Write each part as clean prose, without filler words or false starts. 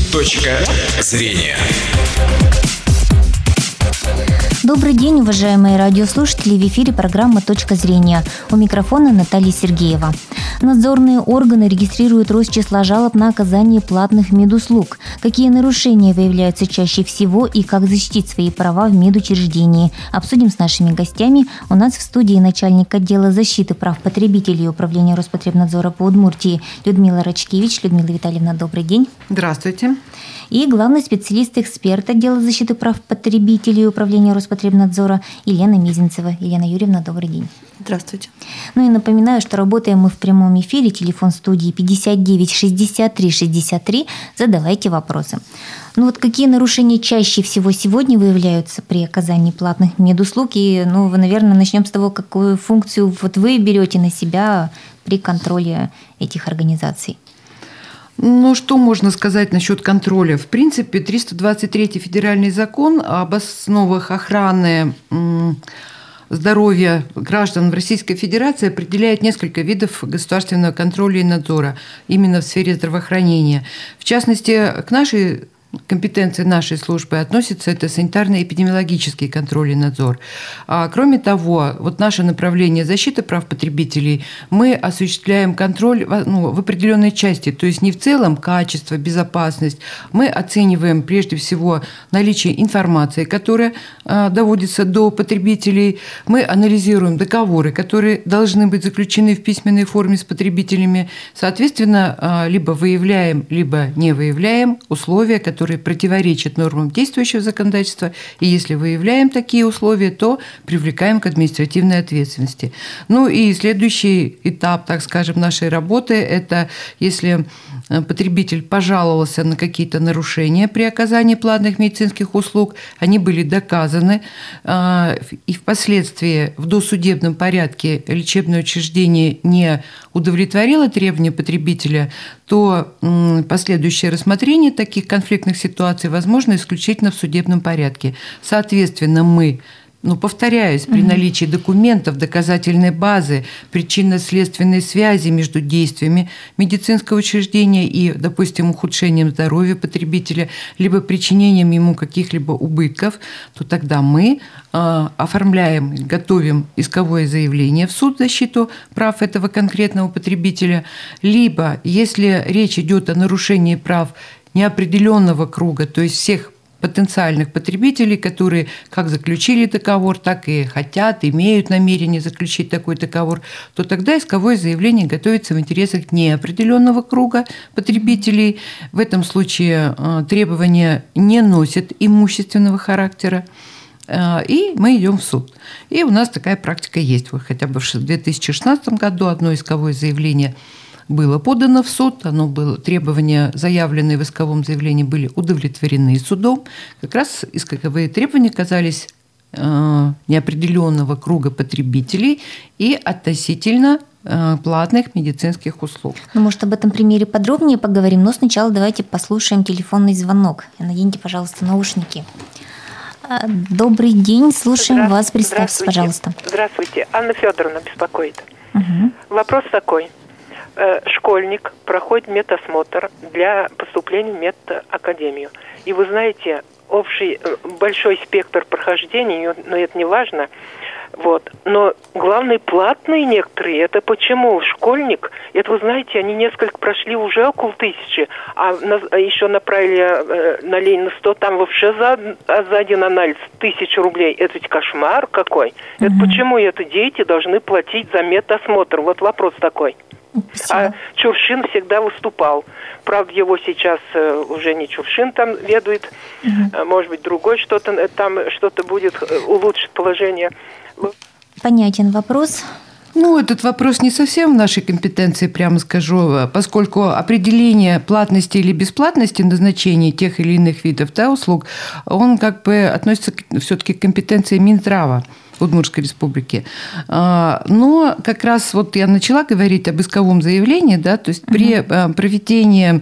Точка зрения. Добрый день, уважаемые радиослушатели. В эфире программа «Точка зрения». У микрофона Наталья Сергеева. Надзорные органы регистрируют рост числа жалоб на оказание платных медуслуг. Какие нарушения выявляются чаще всего и как защитить свои права в медучреждении? Обсудим с нашими гостями. У нас в студии начальник отдела защиты прав потребителей Управления Роспотребнадзора по Удмуртии Людмила Рачкевич. Людмила Витальевна, добрый день. Здравствуйте. И главный специалист-эксперт отдела защиты прав потребителей Управления Роспотребнадзора Елена Мизинцева. Елена Юрьевна, добрый день. Здравствуйте. Ну и напоминаю, что работаем мы в прямом эфире. Телефон студии 59 63 63. Задавайте вопросы. Ну вот какие нарушения чаще всего сегодня выявляются при оказании платных медуслуг? И, наверное, начнем с того, какую функцию вы берете на себя при контроле этих организаций. Что можно сказать насчет контроля? В принципе, 323-й федеральный закон об основах охраны здоровья граждан в Российской Федерации определяет несколько видов государственного контроля и надзора именно в сфере здравоохранения. В частности, к нашей компетенции нашей службы относится это санитарно-эпидемиологический контроль и надзор. Кроме того, наше направление защиты прав потребителей, мы осуществляем контроль в определенной части, то есть не в целом качество, безопасность. Мы оцениваем прежде всего наличие информации, которая доводится до потребителей. Мы анализируем договоры, которые должны быть заключены в письменной форме с потребителями. Соответственно, либо выявляем, либо не выявляем условия, которые противоречат нормам действующего законодательства, и если выявляем такие условия, то привлекаем к административной ответственности. И следующий этап, так скажем, нашей работы – это если потребитель пожаловался на какие-то нарушения при оказании платных медицинских услуг, они были доказаны, и впоследствии в досудебном порядке лечебное учреждение не удовлетворило требования потребителя, то последующее рассмотрение таких конфликтных ситуаций возможно исключительно в судебном порядке. Соответственно, мы, повторяюсь, при наличии документов, доказательной базы, причинно-следственной связи между действиями медицинского учреждения и, допустим, ухудшением здоровья потребителя, либо причинением ему каких-либо убытков, то тогда мы оформляем, готовим исковое заявление в суд в защиту прав этого конкретного потребителя, либо, если речь идет о нарушении прав неопределенного круга, то есть всех потенциальных потребителей, которые как заключили договор, так и хотят, имеют намерение заключить такой договор, то тогда исковое заявление готовится в интересах неопределенного круга потребителей. В этом случае требования не носят имущественного характера, и мы идем в суд. И у нас такая практика есть. Хотя бы в 2016 году одно исковое заявление было подано в суд, требования, заявленные в исковом заявлении, были удовлетворены судом. Как раз исковые требования касались неопределенного круга потребителей и относительно платных медицинских услуг. Может, об этом примере подробнее поговорим, но сначала давайте послушаем телефонный звонок. Наденьте, пожалуйста, наушники. Добрый день, слушаем вас. Представьтесь, пожалуйста. Здравствуйте, Анна Федоровна беспокоит. Угу. Вопрос такой. Школьник проходит медосмотр для поступления в медакадемию. И вы знаете, общий большой спектр прохождения, но это не важно. Но главное, платные некоторые. Это почему? Школьник, это вы знаете, они несколько прошли уже около 1000, а еще направили на Ленина 100, там вообще за один анализ 1000 рублей. Это ведь кошмар какой. Это почему это дети должны платить за медосмотр? Вопрос такой. Спасибо. А Чуршин всегда выступал. Правда, его сейчас уже не Чуршин там ведует, может быть, другой что-то будет улучшить положение. Понятен вопрос. Этот вопрос не совсем в нашей компетенции, прямо скажу, поскольку определение платности или бесплатности назначения тех или иных видов услуг, он относится все-таки к компетенции Минздрава Удмуртской республики. Но как раз я начала говорить об исковом заявлении, то есть при проведении,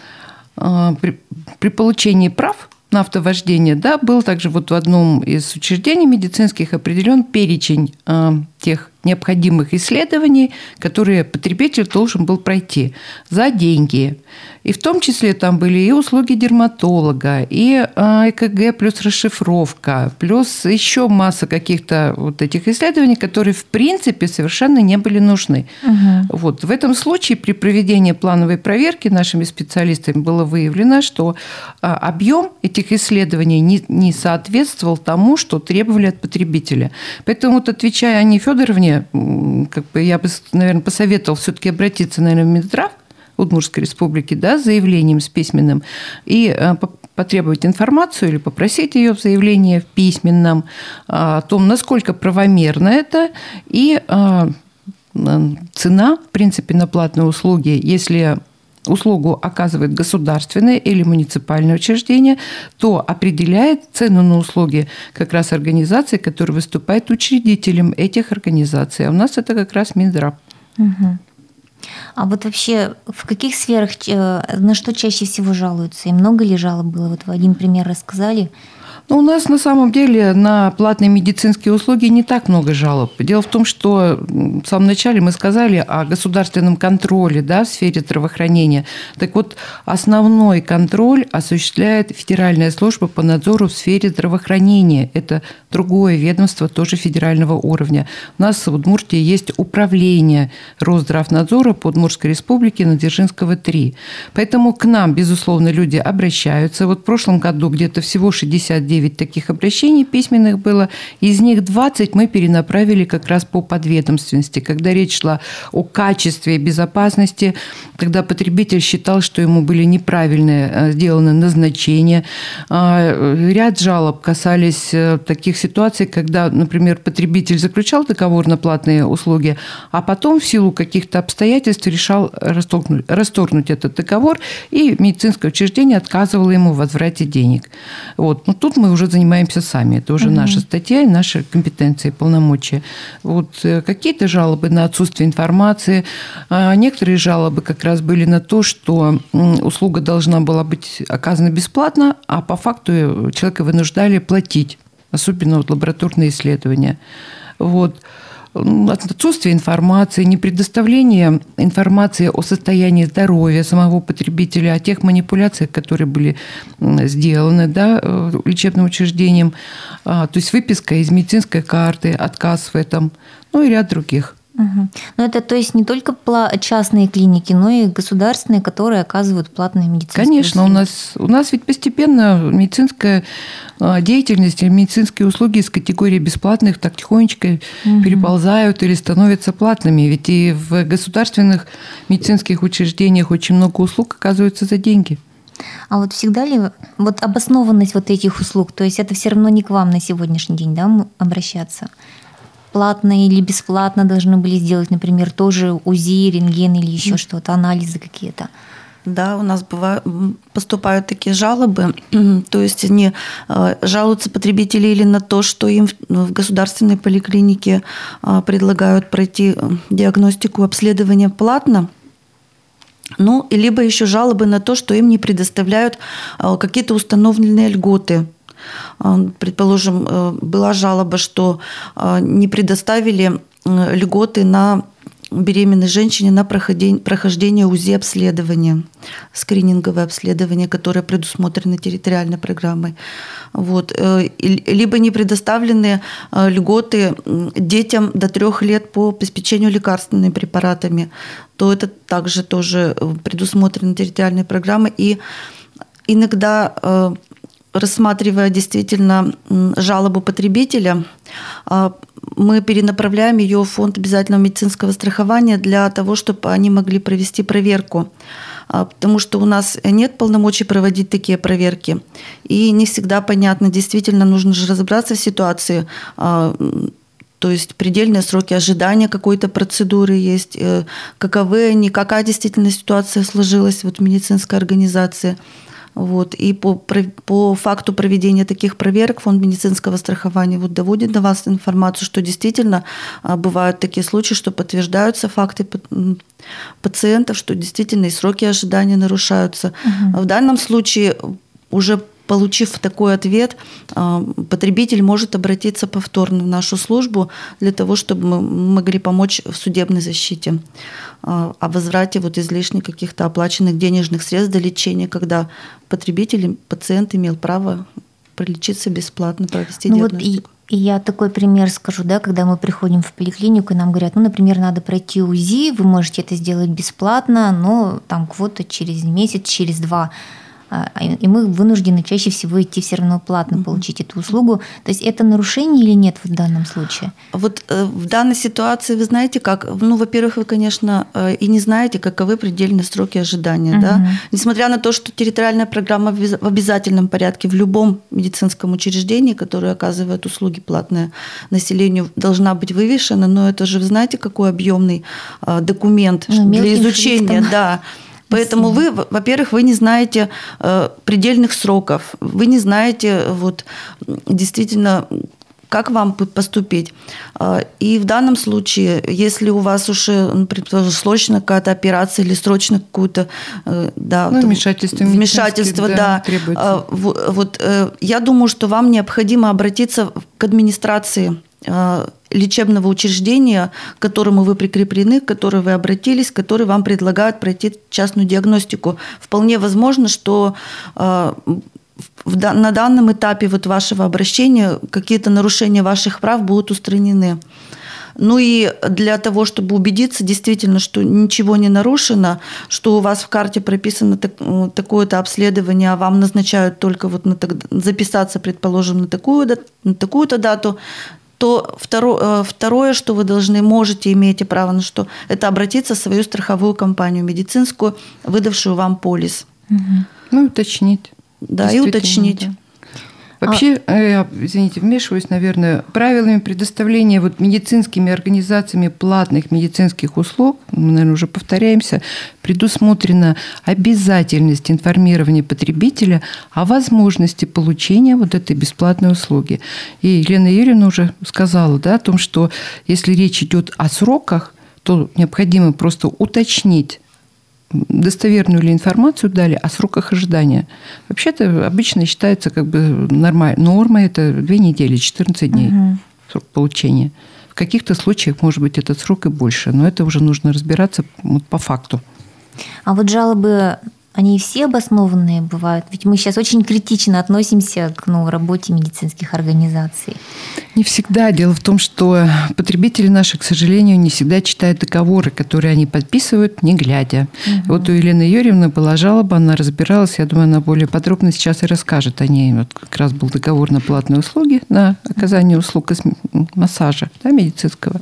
при получении прав на автовождение, был также в одном из учреждений медицинских определен перечень тех необходимых исследований, которые потребитель должен был пройти за деньги. И в том числе там были и услуги дерматолога, и ЭКГ плюс расшифровка, плюс еще масса каких-то вот этих исследований, которые в принципе совершенно не были нужны. Угу. Вот. В этом случае при проведении плановой проверки нашими специалистами было выявлено, что объем этих исследований не соответствовал тому, что требовали от потребителя. Поэтому, вот, отвечая Анне Федоровне, я бы, наверное, посоветовал все-таки обратиться, наверное, в Минздрав Удмуртской Республики, да, с заявлением, с письменным, и потребовать информацию или попросить ее в заявлении в письменном о том, насколько правомерно это, и цена, в принципе, на платные услуги, если услугу оказывает государственное или муниципальное учреждение, то определяет цену на услуги как раз организация, которая выступает учредителем этих организаций. А у нас это как раз Минздрав. Угу. А вот вообще в каких сферах, на что чаще всего жалуются? И много ли жалоб было? Вот вы один пример рассказали. У нас на самом деле на платные медицинские услуги не так много жалоб. Дело в том, что в самом начале мы сказали о государственном контроле, да, в сфере здравоохранения. Так вот, основной контроль осуществляет Федеральная служба по надзору в сфере здравоохранения. Это другое ведомство, тоже федерального уровня. У нас в Удмуртии есть управление Росздравнадзора по Удмуртской республике на Дзержинского 3. Поэтому к нам, безусловно, люди обращаются. Вот в прошлом году где-то всего 69 таких обращений письменных было. Из них 20 мы перенаправили как раз по подведомственности, когда речь шла о качестве и безопасности, когда потребитель считал, что ему были неправильно сделаны назначения. Ряд жалоб касались таких ситуаций, когда, например, потребитель заключал договор на платные услуги, а потом в силу каких-то обстоятельств решал расторгнуть этот договор, и медицинское учреждение отказывало ему в возврате денег. Вот. Но тут мы уже занимаемся сами. Это уже наша статья и наши компетенции, полномочия. Вот какие-то жалобы на отсутствие информации. Некоторые жалобы как раз были на то, что услуга должна была быть оказана бесплатно, а по факту человека вынуждали платить, особенно вот лабораторные исследования. Вот. Отсутствие информации, непредоставление информации о состоянии здоровья самого потребителя, о тех манипуляциях, которые были сделаны, да, лечебным учреждением, то есть выписка из медицинской карты, отказ в этом, ну и ряд других. Угу. Но это, то есть, не только частные клиники, но и государственные, которые оказывают платные медицинские Конечно, услуги. у нас ведь постепенно медицинская деятельность, медицинские услуги из категории бесплатных так тихонечко переползают или становятся платными. Ведь и в государственных медицинских учреждениях очень много услуг оказывается за деньги. А вот всегда ли вот обоснованность вот этих услуг, то есть это все равно не к вам на сегодняшний день, да, обращаться? Платно или бесплатно должны были сделать, например, тоже УЗИ, рентген или еще что-то, анализы какие-то? Да, у нас поступают такие жалобы, то есть они жалуются потребители или на то, что им в государственной поликлинике предлагают пройти диагностику, обследование платно, ну, либо еще жалобы на то, что им не предоставляют какие-то установленные льготы. Предположим, была жалоба, что не предоставили льготы на беременной женщине на прохождение УЗИ-обследования, скрининговое обследование, которое предусмотрено территориальной программой. Вот. Либо не предоставлены льготы детям до 3 лет по обеспечению лекарственными препаратами, то это также тоже предусмотрено территориальной программой. И иногда, рассматривая действительно жалобу потребителя, мы перенаправляем ее в фонд обязательного медицинского страхования для того, чтобы они могли провести проверку. Потому что у нас нет полномочий проводить такие проверки. И не всегда понятно, действительно нужно же разобраться в ситуации. То есть предельные сроки ожидания какой-то процедуры есть, каковы они, какая действительно ситуация сложилась вот в медицинской организации. Вот. И по факту проведения таких проверок фонд медицинского страхования вот доводит до вас информацию, что действительно бывают такие случаи, что подтверждаются факты пациентов, что действительно и сроки ожидания нарушаются. В данном случае уже получив такой ответ, потребитель может обратиться повторно в нашу службу для того, чтобы мы могли помочь в судебной защите о возврате излишних каких-то оплаченных денежных средств до лечения, когда потребитель, пациент имел право пролечиться бесплатно, провести диагностику. И я такой пример скажу, когда мы приходим в поликлинику, и нам говорят, например, надо пройти УЗИ, вы можете это сделать бесплатно, но там квота через месяц, через 2. И мы вынуждены чаще всего идти все равно платно получить эту услугу. То есть это нарушение или нет в данном случае? В данной ситуации вы знаете как? Во-первых, вы, конечно, и не знаете, каковы предельные сроки ожидания. Да? Несмотря на то, что территориальная программа в обязательном порядке в любом медицинском учреждении, которое оказывает услуги платные населению, должна быть вывешена, но это же, вы знаете, какой объемный документ для изучения. Да. Поэтому вы, во-первых, вы не знаете предельных сроков, вы не знаете действительно, как вам поступить. И в данном случае, если у вас уже, срочно какая-то операция или срочно какое-то вмешательство требуется. Я думаю, что вам необходимо обратиться к администрации лечебного учреждения, к которому вы прикреплены, к которому вы обратились, который вам предлагают пройти частную диагностику. Вполне возможно, что на данном этапе вашего обращения какие-то нарушения ваших прав будут устранены. И для того, чтобы убедиться действительно, что ничего не нарушено, что у вас в карте прописано такое-то обследование, а вам назначают только записаться, предположим, на такую-то дату, то второе, что вы имеете право на что, это обратиться в свою страховую компанию медицинскую, выдавшую вам полис. Уточнить. Да, и уточнить. Да. Вообще, извините, вмешиваюсь, наверное, правилами предоставления медицинскими организациями платных медицинских услуг, мы, наверное, уже повторяемся, предусмотрена обязательность информирования потребителя о возможности получения этой бесплатной услуги. И Елена Юрьевна уже сказала, о том, что если речь идет о сроках, то необходимо просто уточнить, достоверную ли информацию дали о сроках ожидания. Вообще-то обычно считается нормально. Норма – это 2 недели, 14 дней срок получения. В каких-то случаях, может быть, этот срок и больше, но это уже нужно разбираться по факту. А жалобы, они все обоснованные бывают? Ведь мы сейчас очень критично относимся к работе медицинских организаций. Не всегда. Дело в том, что потребители наши, к сожалению, не всегда читают договоры, которые они подписывают, не глядя. У Елены Юрьевны была жалоба, она разбиралась. Я думаю, она более подробно сейчас и расскажет о ней. Как раз был договор на платные услуги, на оказание услуг массажа медицинского.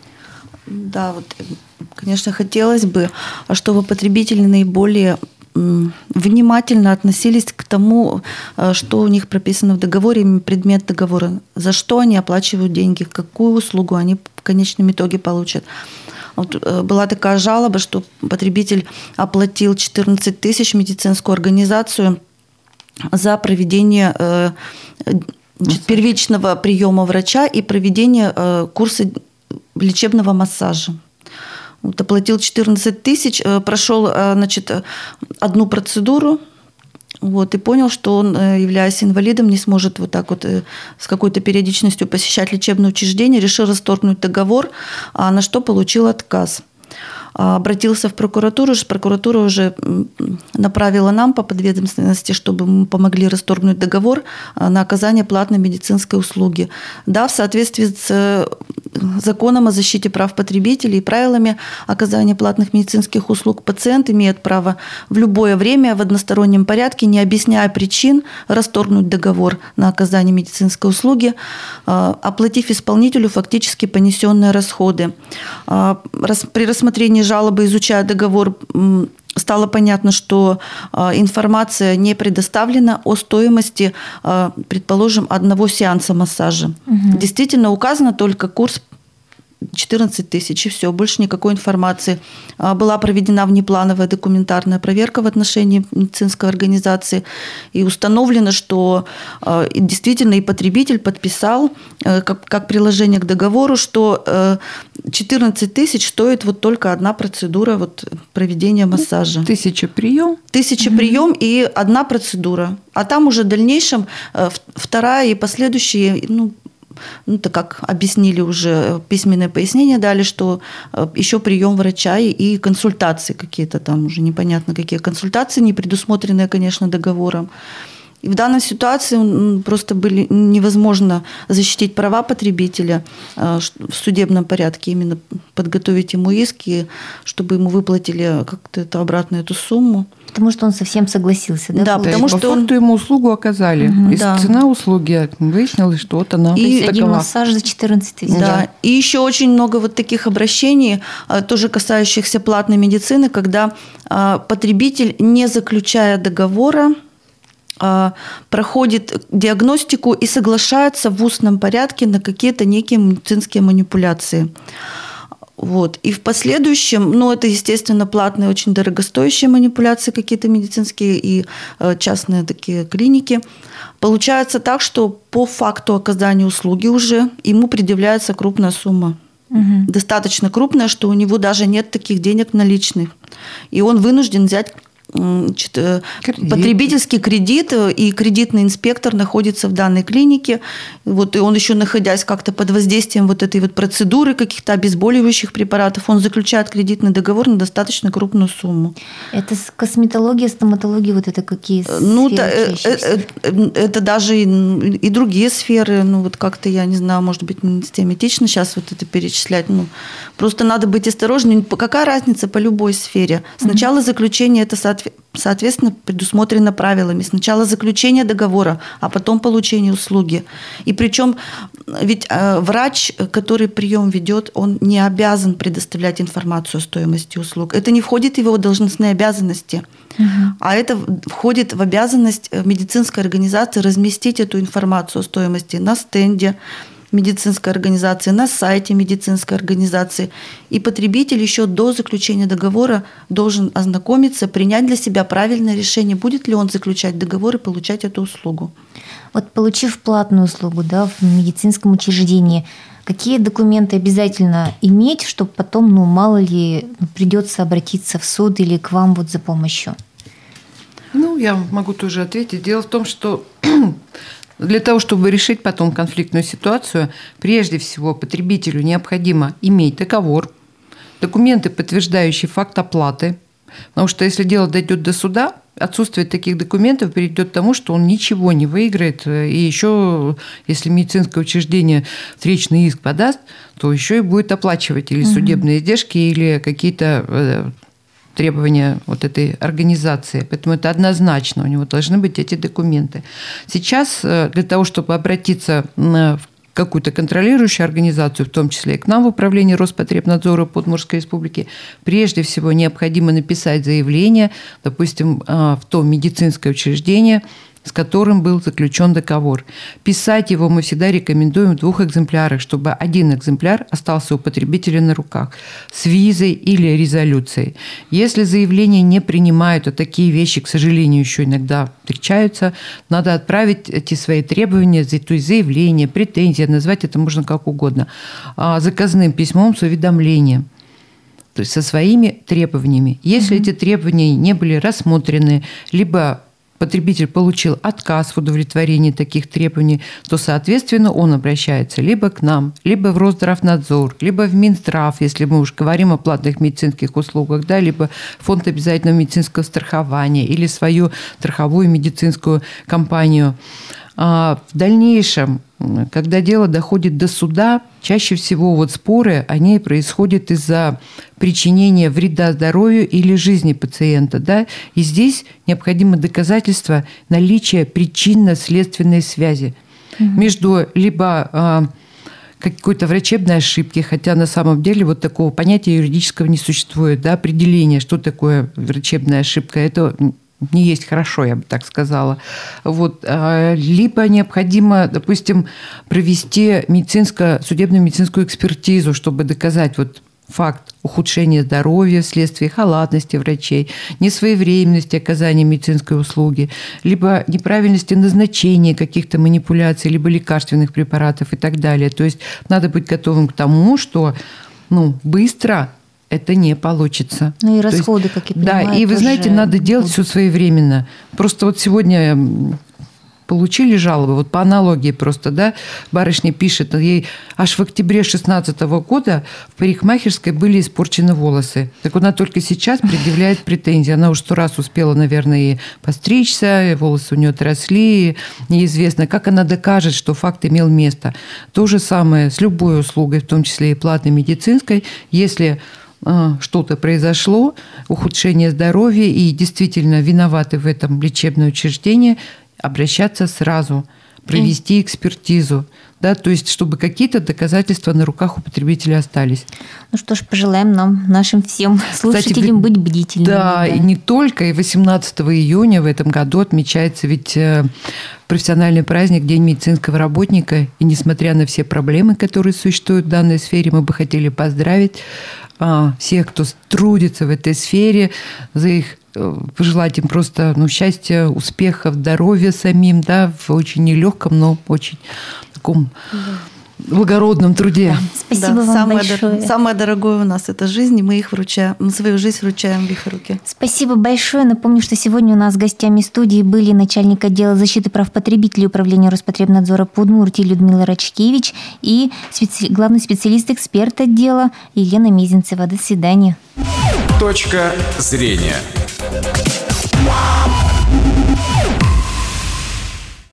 Да, конечно, хотелось бы, чтобы потребители наиболее внимательно относились к тому, что у них прописано в договоре, предмет договора, за что они оплачивают деньги, какую услугу они в конечном итоге получат. Была такая жалоба, что потребитель оплатил 14 тысяч в медицинскую организацию за проведение первичного приема врача и проведение курса лечебного массажа. Оплатил 14 тысяч, прошел, одну процедуру, и понял, что он, являясь инвалидом, не сможет с какой-то периодичностью посещать лечебное учреждение, решил расторгнуть договор, на что получил отказ. Обратился в прокуратуру, прокуратура уже направила нам по подведомственности, чтобы мы помогли расторгнуть договор на оказание платной медицинской услуги. Да, в соответствии с законом о защите прав потребителей и правилами оказания платных медицинских услуг, пациент имеет право в любое время в одностороннем порядке, не объясняя причин, расторгнуть договор на оказание медицинской услуги, оплатив исполнителю фактически понесенные расходы. При рассмотрении жалобы, изучая договор, стало понятно, что информация не предоставлена о стоимости, предположим, одного сеанса массажа. Действительно, указано только курс 14 тысяч, и все, больше никакой информации. Была проведена внеплановая документарная проверка в отношении медицинской организации, и установлено, что действительно и потребитель подписал, как приложение к договору, что 14 тысяч стоит вот только одна процедура вот проведения массажа. 1000 прием? 1000 прием и одна процедура. А там уже в дальнейшем вторая и последующие, так как объяснили уже, письменное пояснение дали, что еще прием врача и консультации какие-то там уже непонятно какие консультации, не предусмотренные, конечно, договором. И в данной ситуации просто были невозможно защитить права потребителя в судебном порядке, именно подготовить ему иски, чтобы ему выплатили как-то обратно эту сумму. Потому что он совсем согласился, да? Да, потому что по факту ему услугу оказали. И цена услуги выяснилось, что вот она. И один массаж за 14 тысяч. Да. И еще очень много вот таких обращений, тоже касающихся платной медицины, когда потребитель, не заключая договора, проходит диагностику и соглашается в устном порядке на какие-то некие медицинские манипуляции. Вот. И в последующем, это, естественно, платные, очень дорогостоящие манипуляции, какие-то медицинские и частные такие клиники. Получается так, что по факту оказания услуги уже ему предъявляется крупная сумма. Угу. Достаточно крупная, что у него даже нет таких денег наличных. И он вынужден взять потребительский кредит, и кредитный инспектор находится в данной клинике. Вот, и он еще, находясь как-то под воздействием вот этой вот процедуры, каких-то обезболивающих препаратов, он заключает кредитный договор на достаточно крупную сумму. Это косметология, стоматология, вот это какие сферы чаще всего? Это даже и другие сферы. Вот как-то, я не знаю, может быть, не совсем этично сейчас вот это перечислять. Просто надо быть осторожным. Какая разница по любой сфере? Сначала заключение – это соответственно, предусмотрено правилами. Сначала заключение договора, а потом получение услуги. И причем ведь врач, который прием ведет, он не обязан предоставлять информацию о стоимости услуг. Это не входит в его должностные обязанности. А это входит в обязанность медицинской организации разместить эту информацию о стоимости на стенде медицинской организации, на сайте медицинской организации. И потребитель еще до заключения договора должен ознакомиться, принять для себя правильное решение, будет ли он заключать договор и получать эту услугу. Вот получив платную услугу, в медицинском учреждении, какие документы обязательно иметь, чтобы потом, мало ли, придется обратиться в суд или к вам за помощью? Я могу тоже ответить. Дело в том, что для того, чтобы решить потом конфликтную ситуацию, прежде всего потребителю необходимо иметь договор, документы, подтверждающие факт оплаты. Потому что если дело дойдет до суда, отсутствие таких документов приведет к тому, что он ничего не выиграет. И еще, если медицинское учреждение встречный иск подаст, то еще и будет оплачивать или судебные издержки, или какие-то требования вот этой организации. Поэтому это однозначно, у него должны быть эти документы. Сейчас для того, чтобы обратиться в какую-то контролирующую организацию, в том числе и к нам в управлении Роспотребнадзора Удмуртской Республики, прежде всего необходимо написать заявление, допустим, в то медицинское учреждение, с которым был заключен договор. Писать его мы всегда рекомендуем в 2 экземплярах, чтобы 1 экземпляр остался у потребителя на руках с визой или резолюцией. Если заявление не принимают, а такие вещи, к сожалению, еще иногда встречаются, надо отправить эти свои требования, то есть заявление, претензии, назвать это можно как угодно, заказным письмом с уведомлением. То есть со своими требованиями. Если эти требования не были рассмотрены, либо потребитель получил отказ в удовлетворении таких требований, то, соответственно, он обращается либо к нам, либо в Росздравнадзор, либо в Минздрав, если мы уж говорим о платных медицинских услугах, либо Фонд обязательного медицинского страхования или свою страховую медицинскую компанию. А в дальнейшем, когда дело доходит до суда, чаще всего споры, они происходят из-за причинения вреда здоровью или жизни пациента. И здесь необходимо доказательство наличия причинно-следственной связи между либо какой-то врачебной ошибки, хотя на самом деле такого понятия юридического не существует, определения, что такое врачебная ошибка. Это не есть хорошо, я бы так сказала. Вот. Либо необходимо, допустим, провести судебно-медицинскую экспертизу, чтобы доказать факт ухудшения здоровья вследствие халатности врачей, несвоевременности оказания медицинской услуги, либо неправильности назначения каких-то манипуляций, либо лекарственных препаратов и так далее. То есть надо быть готовым к тому, что быстро это не получится. Ну и расходы, как я понимаю. Да, и вы знаете, надо делать все своевременно. Просто сегодня получили жалобы, по аналогии просто, да, барышня пишет, ей аж в октябре 2016 года в парикмахерской были испорчены волосы. Так она только сейчас предъявляет претензии. Она уже 100 раз успела, наверное, и постричься, и волосы у нее отросли, и неизвестно, как она докажет, что факт имел место. То же самое с любой услугой, в том числе и платной медицинской, если что-то произошло, ухудшение здоровья, и действительно виноваты в этом лечебное учреждение, обращаться сразу, провести экспертизу, да, то есть чтобы какие-то доказательства на руках у потребителя остались. Ну что ж, пожелаем нашим всем слушателям быть бдительными. Да, и не только. И 18 июня в этом году отмечается ведь профессиональный праздник День медицинского работника. И несмотря на все проблемы, которые существуют в данной сфере, мы бы хотели поздравить всех, кто трудится в этой сфере, пожелать им просто счастья, успеха, здоровья самим, да, в очень нелегком, но очень таком благородном труде. Спасибо вам большое. Самое дорогое у нас – это жизнь, и мы свою жизнь вручаем в их руки. Спасибо большое. Напомню, что сегодня у нас гостями студии были начальник отдела защиты прав потребителей Управления Роспотребнадзора по Удмуртии Людмила Рачкевич и главный специалист-эксперт отдела Елена Мезенцева. До свидания. Точка зрения.